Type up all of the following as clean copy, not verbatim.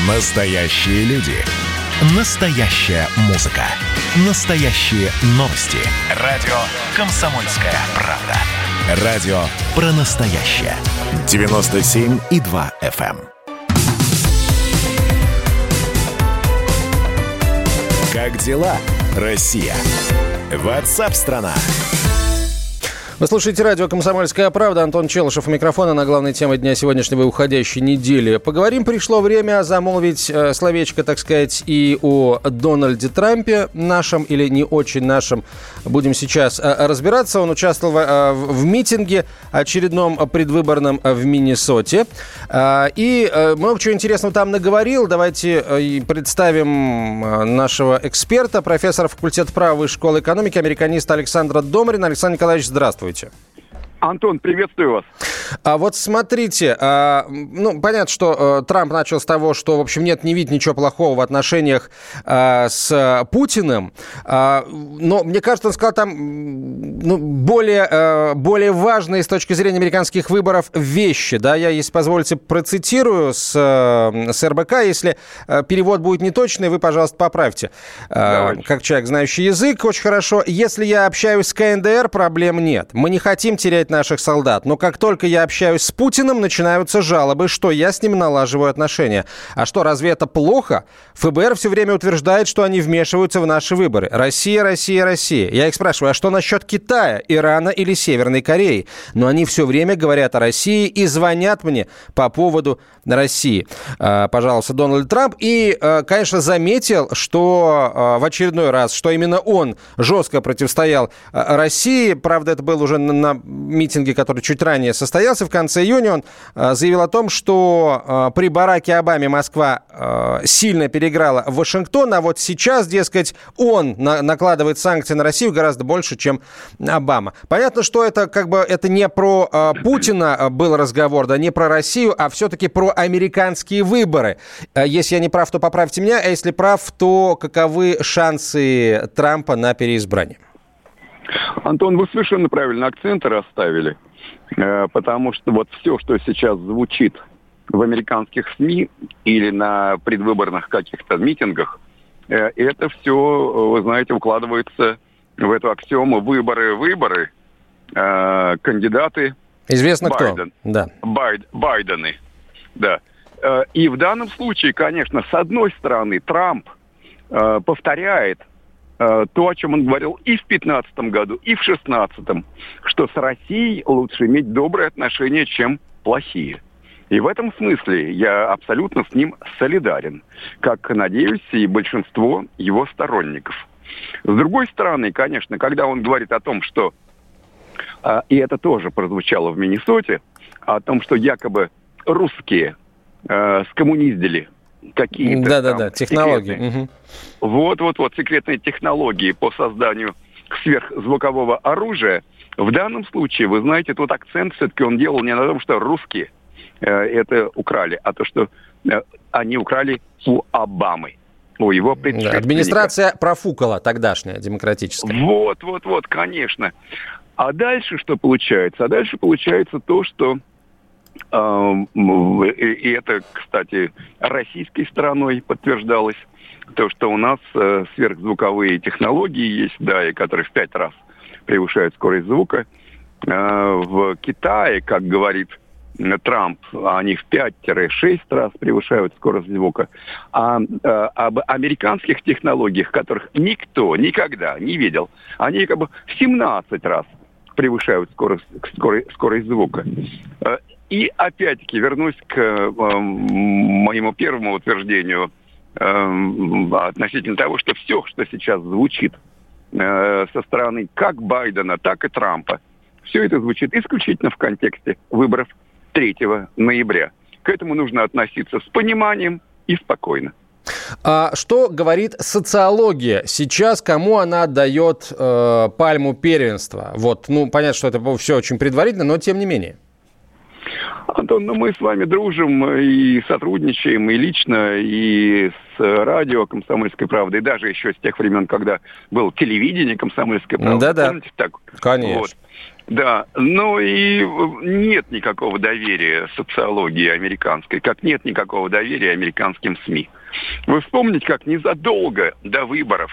Настоящие люди. Настоящая музыка. Настоящие новости. Радио «Комсомольская правда». Радио про настоящее. 97,2 FM. Как дела, Россия? WhatsApp-страна. Вы слушаете радио «Комсомольская правда». Антон Челышев у микрофона на главной теме дня сегодняшнего и уходящей недели. Поговорим, пришло время замолвить словечко, так сказать, и о Дональде Трампе, нашем или не очень нашем. Будем сейчас разбираться. Он участвовал в митинге очередном предвыборном в Миннесоте. И много чего интересного там наговорил. Давайте представим нашего эксперта, профессора факультета права Высшей школы экономики, американиста Александра Домрина. Александр Николаевич, здравствуйте. Антон, приветствую вас. Вот смотрите, понятно, что Трамп начал с того, что, в общем, не видит ничего плохого в отношениях с Путиным, но, мне кажется, он сказал там более важные с точки зрения американских выборов вещи, да, я, если позволите, процитирую с РБК, если перевод будет неточный, вы, пожалуйста, поправьте. Как человек, знающий язык, очень хорошо. Если я общаюсь с КНДР, проблем нет. Мы не хотим терять наших солдат, но как только я общаюсь с Путиным, начинаются жалобы, что я с ним налаживаю отношения. А что, разве это плохо? ФБР все время утверждает, что они вмешиваются в наши выборы. Россия, Россия, Россия. Я их спрашиваю, а что насчет Китая, Ирана или Северной Кореи? Но они все время говорят о России и звонят мне по поводу России. Пожалуйста, Дональд Трамп. И, конечно, заметил, что в очередной раз, что именно он жестко противостоял России. Правда, это был уже на митинге, который чуть ранее состоялся в конце июня, он заявил о том, что при Бараке Обаме Москва сильно переиграла Вашингтон, а вот сейчас, дескать, он накладывает санкции на Россию гораздо больше, чем Обама. Понятно, что это это не про Путина был разговор, да, не про Россию, а все-таки про американские выборы. Если я не прав, то поправьте меня, а если прав, то каковы шансы Трампа на переизбрание? Антон, вы совершенно правильно акценты расставили, потому что вот все, что сейчас звучит в американских СМИ или на предвыборных каких-то митингах, это все, вы знаете, укладывается в эту аксиому выборы, кандидаты. Известно Байден, кто. Да. Байдены. Да. И в данном случае, конечно, с одной стороны, Трамп повторяет то, о чем он говорил и в 2015 году, и в 2016, что с Россией лучше иметь добрые отношения, чем плохие. И в этом смысле я абсолютно с ним солидарен, как, надеюсь, и большинство его сторонников. С другой стороны, конечно, когда он говорит о том, что, и это тоже прозвучало в Миннесоте, о том, что якобы русские скоммуниздили какие-то технологии. Вот, секретные технологии по созданию сверхзвукового оружия. В данном случае, вы знаете, тут акцент все-таки он делал не на том, что русские это украли, а то, что они украли у Обамы, у его предшественника. Администрация профукала тогдашняя, демократическая. Вот, конечно. А дальше что получается? А дальше получается то, что и это, кстати, российской стороной подтверждалось, то, что у нас сверхзвуковые технологии есть, да, и которые в 5 раз превышают скорость звука. В Китае, как говорит Трамп, они в 5-6 раз превышают скорость звука. А об американских технологиях, которых никто никогда не видел, они как бы в 17 раз превышают скорость звука. И опять-таки вернусь к моему первому утверждению относительно того, что все, что сейчас звучит со стороны как Байдена, так и Трампа, все это звучит исключительно в контексте выборов 3 ноября. К этому нужно относиться с пониманием и спокойно. А что говорит социология сейчас, кому она отдает пальму первенства? Понятно, что это все очень предварительно, но тем не менее. Антон, мы с вами дружим и сотрудничаем и лично, и с радио «Комсомольской правды», и даже еще с тех времен, когда было телевидение «Комсомольской правды». Да-да, помните, так? Конечно. Вот. Да, но и нет никакого доверия социологии американской, как нет никакого доверия американским СМИ. Вы вспомните, как незадолго до выборов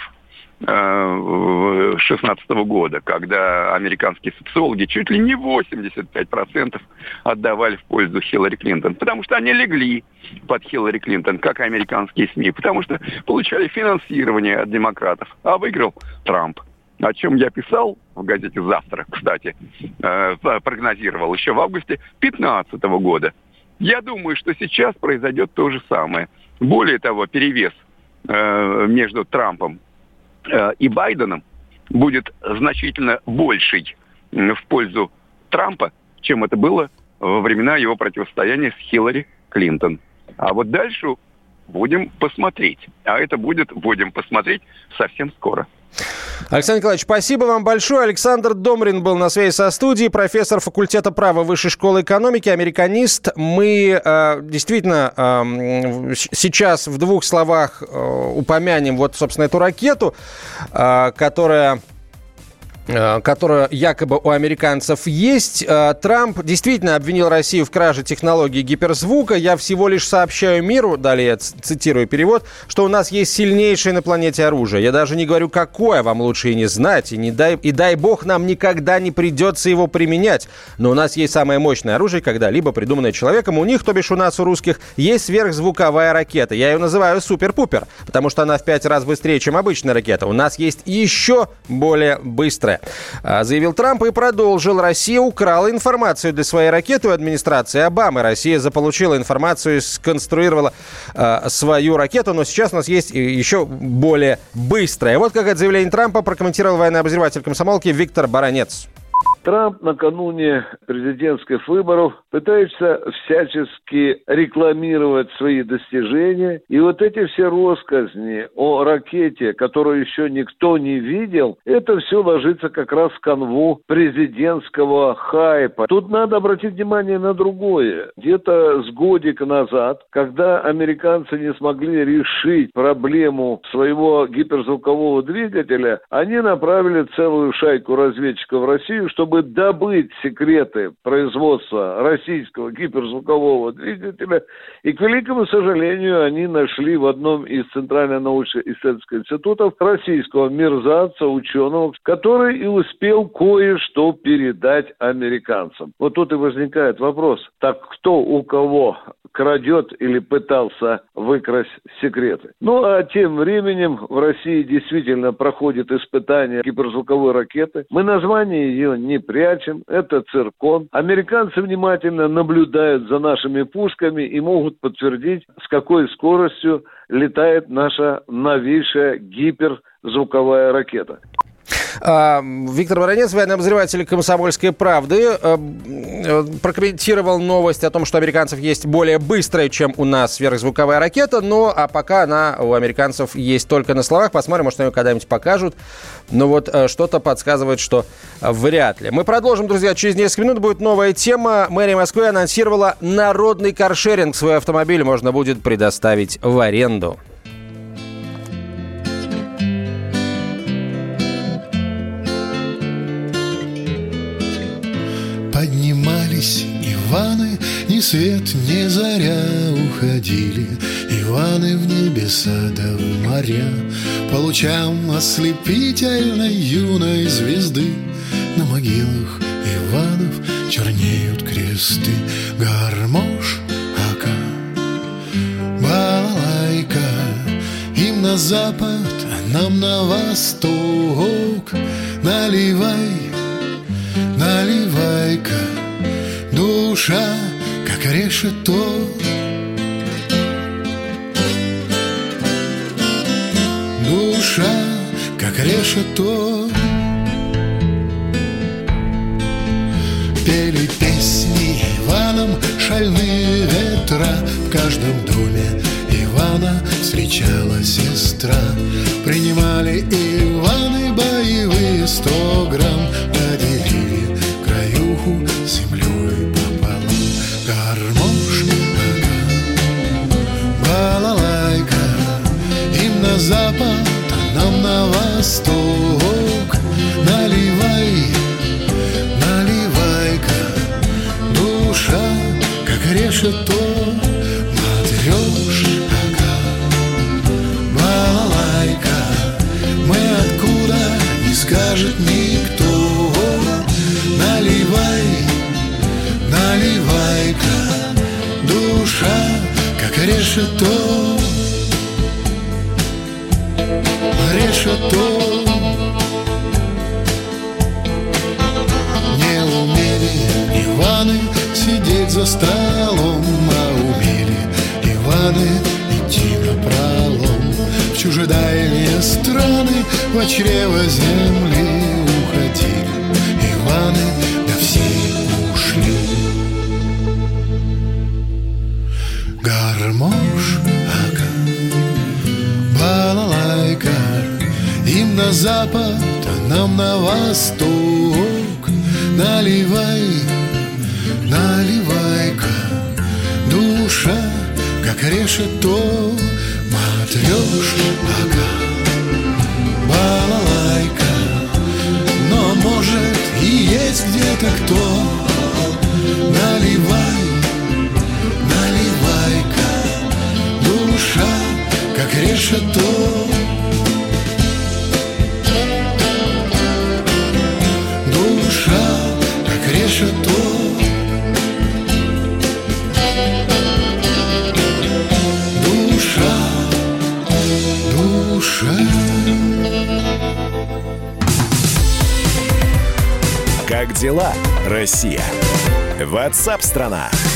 2016 года, когда американские социологи чуть ли не 85% отдавали в пользу Хиллари Клинтон, потому что они легли под Хиллари Клинтон, как и американские СМИ, потому что получали финансирование от демократов, а выиграл Трамп. О чем я писал в газете «Завтра», кстати, прогнозировал еще в августе 2015 года. Я думаю, что сейчас произойдет то же самое. Более того, перевес между Трампом и Байденом будет значительно больший в пользу Трампа, чем это было во времена его противостояния с Хиллари Клинтон. А вот дальше будем посмотреть. А это будем посмотреть совсем скоро. Александр Николаевич, спасибо вам большое. Александр Домрин был на связи со студией, профессор факультета права Высшей школы экономики, американист. Мы действительно сейчас в двух словах упомянем вот, собственно, эту ракету, которая якобы у американцев есть. Трамп действительно обвинил Россию в краже технологии гиперзвука. Я всего лишь сообщаю миру, далее я цитирую перевод, что у нас есть сильнейшее на планете оружие. Я даже не говорю, какое, вам лучше и не знать. И дай бог нам никогда не придется его применять. Но у нас есть самое мощное оружие, когда-либо придуманное человеком. У них, то бишь у нас, у русских, есть сверхзвуковая ракета. Я ее называю супер-пупер, потому что она в 5 раз быстрее, чем обычная ракета. У нас есть еще более быстрая, заявил Трамп и продолжил. Россия украла информацию для своей ракеты у администрации Обамы. Россия заполучила информацию и сконструировала свою ракету, но сейчас у нас есть еще более быстрая. Вот как это заявление Трампа прокомментировал военный обозреватель комсомолки Виктор Баранец. Трамп накануне президентских выборов пытается всячески рекламировать свои достижения. И вот эти все россказни о ракете, которую еще никто не видел, это все ложится как раз в канву президентского хайпа. Тут надо обратить внимание на другое. Где-то с годика назад, когда американцы не смогли решить проблему своего гиперзвукового двигателя, они направили целую шайку разведчиков в Россию, чтобы добыть секреты производства российского гиперзвукового двигателя. И, к великому сожалению, они нашли в одном из Центрально-научно-исследовательских институтов российского мерзавца, ученого, который и успел кое-что передать американцам. Вот тут и возникает вопрос, так кто у кого крадет или пытался выкрасть секреты? Ну, а тем временем в России действительно проходит испытание гиперзвуковой ракеты. Мы название ее не прячем, это циркон. Американцы внимательно наблюдают за нашими пушками и могут подтвердить, с какой скоростью летает наша новейшая гиперзвуковая ракета. Виктор Баранец, военный обозреватель «Комсомольской правды», прокомментировал новость о том, что у американцев есть более быстрая, чем у нас, сверхзвуковая ракета, а пока она у американцев есть только на словах. Посмотрим, может, ее когда-нибудь покажут. Но вот что-то подсказывает, что вряд ли. Мы продолжим, друзья. Через несколько минут будет новая тема. Мэрия Москвы анонсировала народный каршеринг. Свой автомобиль можно будет предоставить в аренду. Поднимались Иваны, ни свет, ни заря уходили. Иваны в небеса да в моря, по лучам ослепительной юной звезды. На могилах Иванов чернеют кресты. Гармош, ака, балалайка. Им на запад, а нам на восток. Наливай, наливай-ка, душа, как решето. Душа, как решето. Пели песни Иванам шальные ветра. В каждом доме Ивана встречала сестра. Принимали Иваны боевые 100 грамм. Поделили краюху с землей пополам. восток. Наливай, наливай-ка, душа, как решето, матрешка. Балалайка, мы откуда, не скажет никто. Наливай, наливай-ка, душа, как решето, решето. Не умели Иваны сидеть за столом, а умели Иваны идти напролом. В чужедальние страны, во чрево земли уходили Иваны, да все ушли. Гармошка, балалайка, им на запад, а нам на восток. Наливай, наливай-ка, душа, как решето, матрешка. Балалайка, но может и есть где-то кто. Наливай, наливай-ка, душа, как решето. Душа, как решето. Душа, душа. Как дела, Россия? WhatsApp-страна.